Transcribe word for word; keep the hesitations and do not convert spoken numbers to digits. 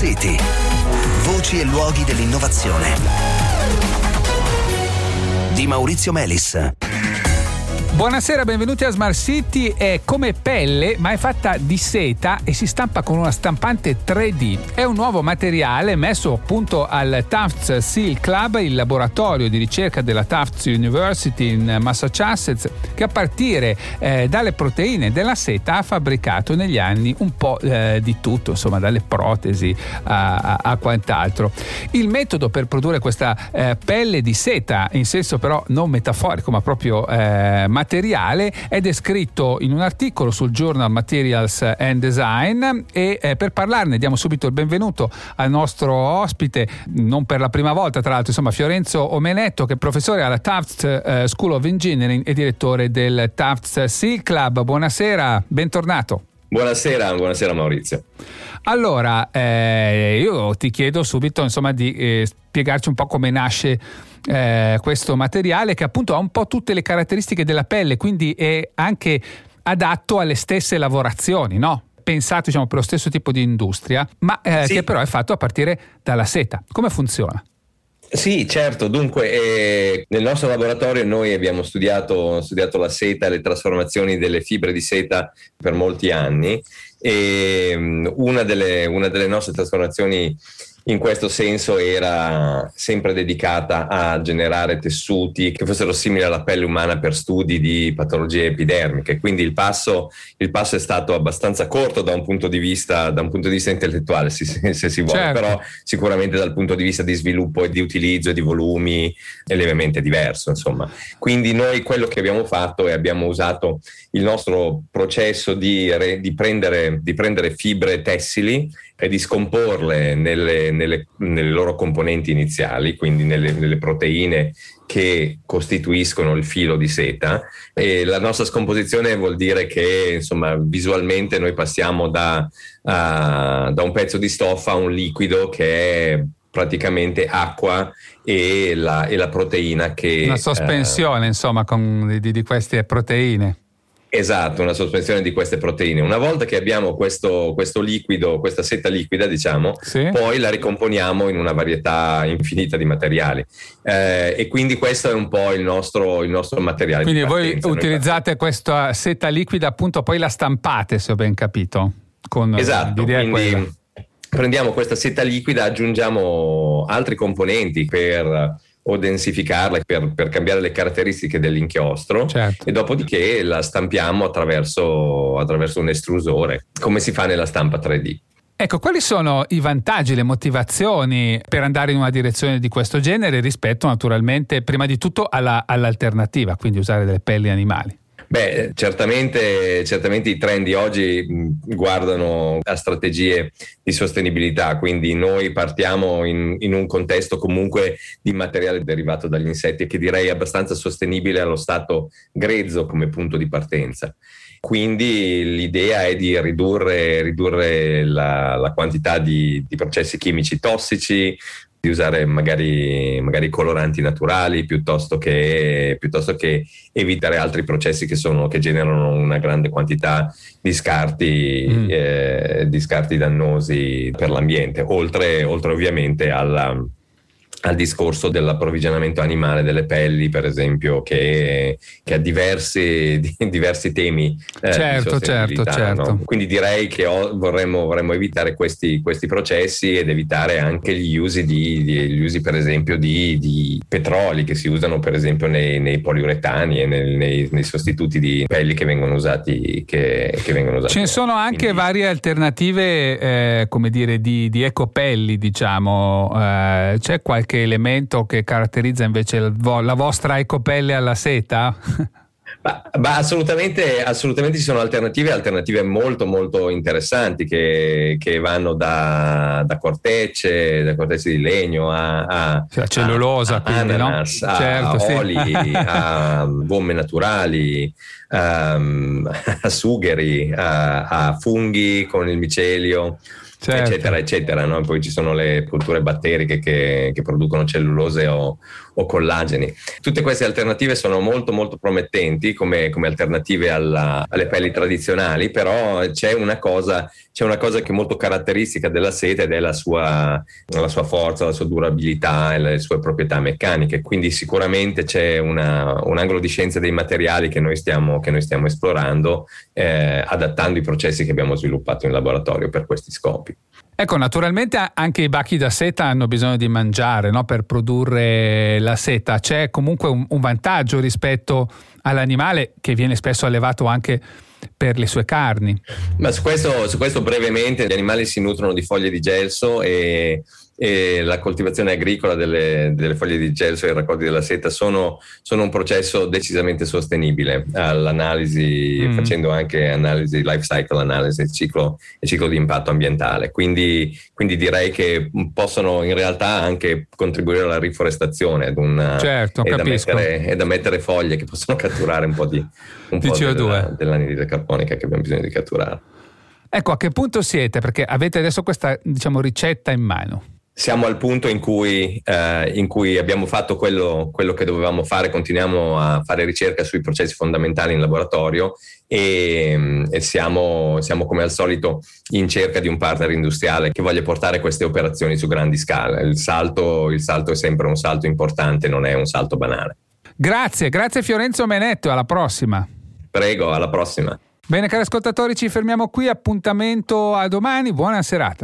City. Voci e luoghi dell'innovazione. Di Maurizio Melis. Buonasera, benvenuti a Smart City. È come pelle, ma è fatta di seta e si stampa con una stampante tre D. È un nuovo materiale messo appunto al Tufts Seal Club, il laboratorio di ricerca della Tufts University in Massachusetts, che a partire eh, dalle proteine della seta ha fabbricato negli anni un po' eh, di tutto, insomma, dalle protesi a, a, a quant'altro. Il metodo per produrre questa eh, pelle di seta, in senso però non metaforico, ma proprio eh, materiale, è descritto in un articolo sul Journal Materials and Design e eh, per parlarne diamo subito il benvenuto al nostro ospite, non per la prima volta tra l'altro, insomma, Fiorenzo Omenetto, che è professore alla Tufts eh, School of Engineering e direttore del Tufts Seal Club. Buonasera, bentornato. Buonasera, buonasera Maurizio. Allora, eh, io ti chiedo subito, insomma, di eh, spiegarci un po' come nasce eh, questo materiale, che appunto ha un po' tutte le caratteristiche della pelle, quindi è anche adatto alle stesse lavorazioni, no? Pensato, diciamo, per lo stesso tipo di industria, ma eh, sì. Che però è fatto a partire dalla seta. Come funziona? Sì, certo. Dunque, eh, nel nostro laboratorio noi abbiamo studiato, studiato la seta e le trasformazioni delle fibre di seta per molti anni, e um, una delle, una delle nostre trasformazioni in questo senso era sempre dedicata a generare tessuti che fossero simili alla pelle umana per studi di patologie epidermiche. Quindi il passo, il passo è stato abbastanza corto da un punto di vista, da un punto di vista intellettuale, se, se si vuole, certo. Però sicuramente dal punto di vista di sviluppo e di utilizzo e di volumi è lievemente diverso, insomma. Quindi noi quello che abbiamo fatto è abbiamo usato il nostro processo di, re, di, prendere, di prendere fibre tessili e di scomporle nelle, nelle, nelle loro componenti iniziali, quindi nelle, nelle proteine che costituiscono il filo di seta. E la nostra scomposizione vuol dire che, insomma, visualmente noi passiamo da, a, da un pezzo di stoffa a un liquido che è praticamente acqua e la, e la proteina che... Una sospensione, eh, insomma, con, di, di queste proteine. Esatto, una sospensione di queste proteine. Una volta che abbiamo questo, questo liquido, questa seta liquida, diciamo, sì. Poi la ricomponiamo in una varietà infinita di materiali. Eh, e quindi questo è un po' il nostro, il nostro materiale. Quindi voi utilizzate questa seta liquida, appunto, poi la stampate, se ho ben capito. Con, esatto, quindi quella. Prendiamo questa seta liquida, aggiungiamo altri componenti per... o densificarla per, per cambiare le caratteristiche dell'inchiostro, certo. E dopodiché la stampiamo attraverso, attraverso un estrusore, come si fa nella stampa tre D. Ecco, quali sono i vantaggi, le motivazioni per andare in una direzione di questo genere rispetto naturalmente, prima di tutto, alla, all'alternativa, quindi usare delle pelli animali? Beh, certamente, certamente i trend di oggi guardano a strategie di sostenibilità, quindi noi partiamo in, in un contesto comunque di materiale derivato dagli insetti che direi abbastanza sostenibile allo stato grezzo come punto di partenza. Quindi l'idea è di ridurre, ridurre la, la quantità di, di processi chimici tossici, di usare magari, magari coloranti naturali piuttosto che, piuttosto che evitare altri processi che, sono, che generano una grande quantità di scarti, mm. eh, di scarti dannosi per l'ambiente, oltre, oltre ovviamente alla, al discorso dell'approvvigionamento animale delle pelli, per esempio, che, che ha diversi, diversi temi eh, certo, di certo, certo. No? Quindi direi che ho, vorremmo, vorremmo evitare questi, questi processi ed evitare anche gli usi, di, di, gli usi per esempio di, di petroli che si usano per esempio nei, nei poliuretani e nei, nei, nei sostituti di pelli che vengono usati. Che, che vengono usati. Ce ne sono anche Quindi, varie alternative, eh, come dire, di, di ecopelli, diciamo. Eh, c'è qualche elemento che caratterizza invece la vostra ecopelle alla seta? Ma, ma assolutamente, assolutamente ci sono alternative, alternative molto molto interessanti che, che vanno da, da cortecce, da cortecce di legno a, a, cioè, cellulosa, a, a quindi, ananas, no? a, certo, a oli, sì. a gomme naturali, a, a sugheri, a, a funghi con il micelio. certo. eccetera, eccetera, no? Poi ci sono le culture batteriche che, che producono cellulose o, o collageni. Tutte queste alternative sono molto molto promettenti come, come alternative alla, alle pelli tradizionali, però c'è una cosa c'è una cosa che è molto caratteristica della seta ed è la sua, la sua forza, la sua durabilità e le sue proprietà meccaniche, quindi sicuramente c'è una, un angolo di scienza dei materiali che noi stiamo, che noi stiamo esplorando, eh, adattando i processi che abbiamo sviluppato in laboratorio per questi scopi. Ecco, naturalmente anche i bachi da seta hanno bisogno di mangiare, no? Per produrre la seta. C'è comunque un, un vantaggio rispetto all'animale che viene spesso allevato anche per le sue carni. Ma su questo, su questo brevemente, gli animali si nutrono di foglie di gelso e, e la coltivazione agricola delle, delle foglie di gelso e i raccolti della seta sono, sono un processo decisamente sostenibile all'analisi, mm. facendo anche analisi, life cycle analysis, il ciclo, il ciclo di impatto ambientale. Quindi, quindi direi che possono in realtà anche contribuire alla riforestazione ad una, certo, e, da capisco. mettere, e da mettere foglie che possono catturare un po' di, un di po' C O due della, dell'anidride carbonica che abbiamo bisogno di catturare. Ecco, a che punto siete? Perché avete adesso questa, diciamo, ricetta in mano. Siamo al punto in cui, eh, in cui abbiamo fatto quello, quello che dovevamo fare, continuiamo a fare ricerca sui processi fondamentali in laboratorio e, e siamo, siamo come al solito in cerca di un partner industriale che voglia portare queste operazioni su grandi scale. Il salto, il salto è sempre un salto importante, non è un salto banale. Grazie, grazie Fiorenzo Menetto, alla prossima. Prego, alla prossima. Bene cari ascoltatori, ci fermiamo qui, appuntamento a domani, buona serata.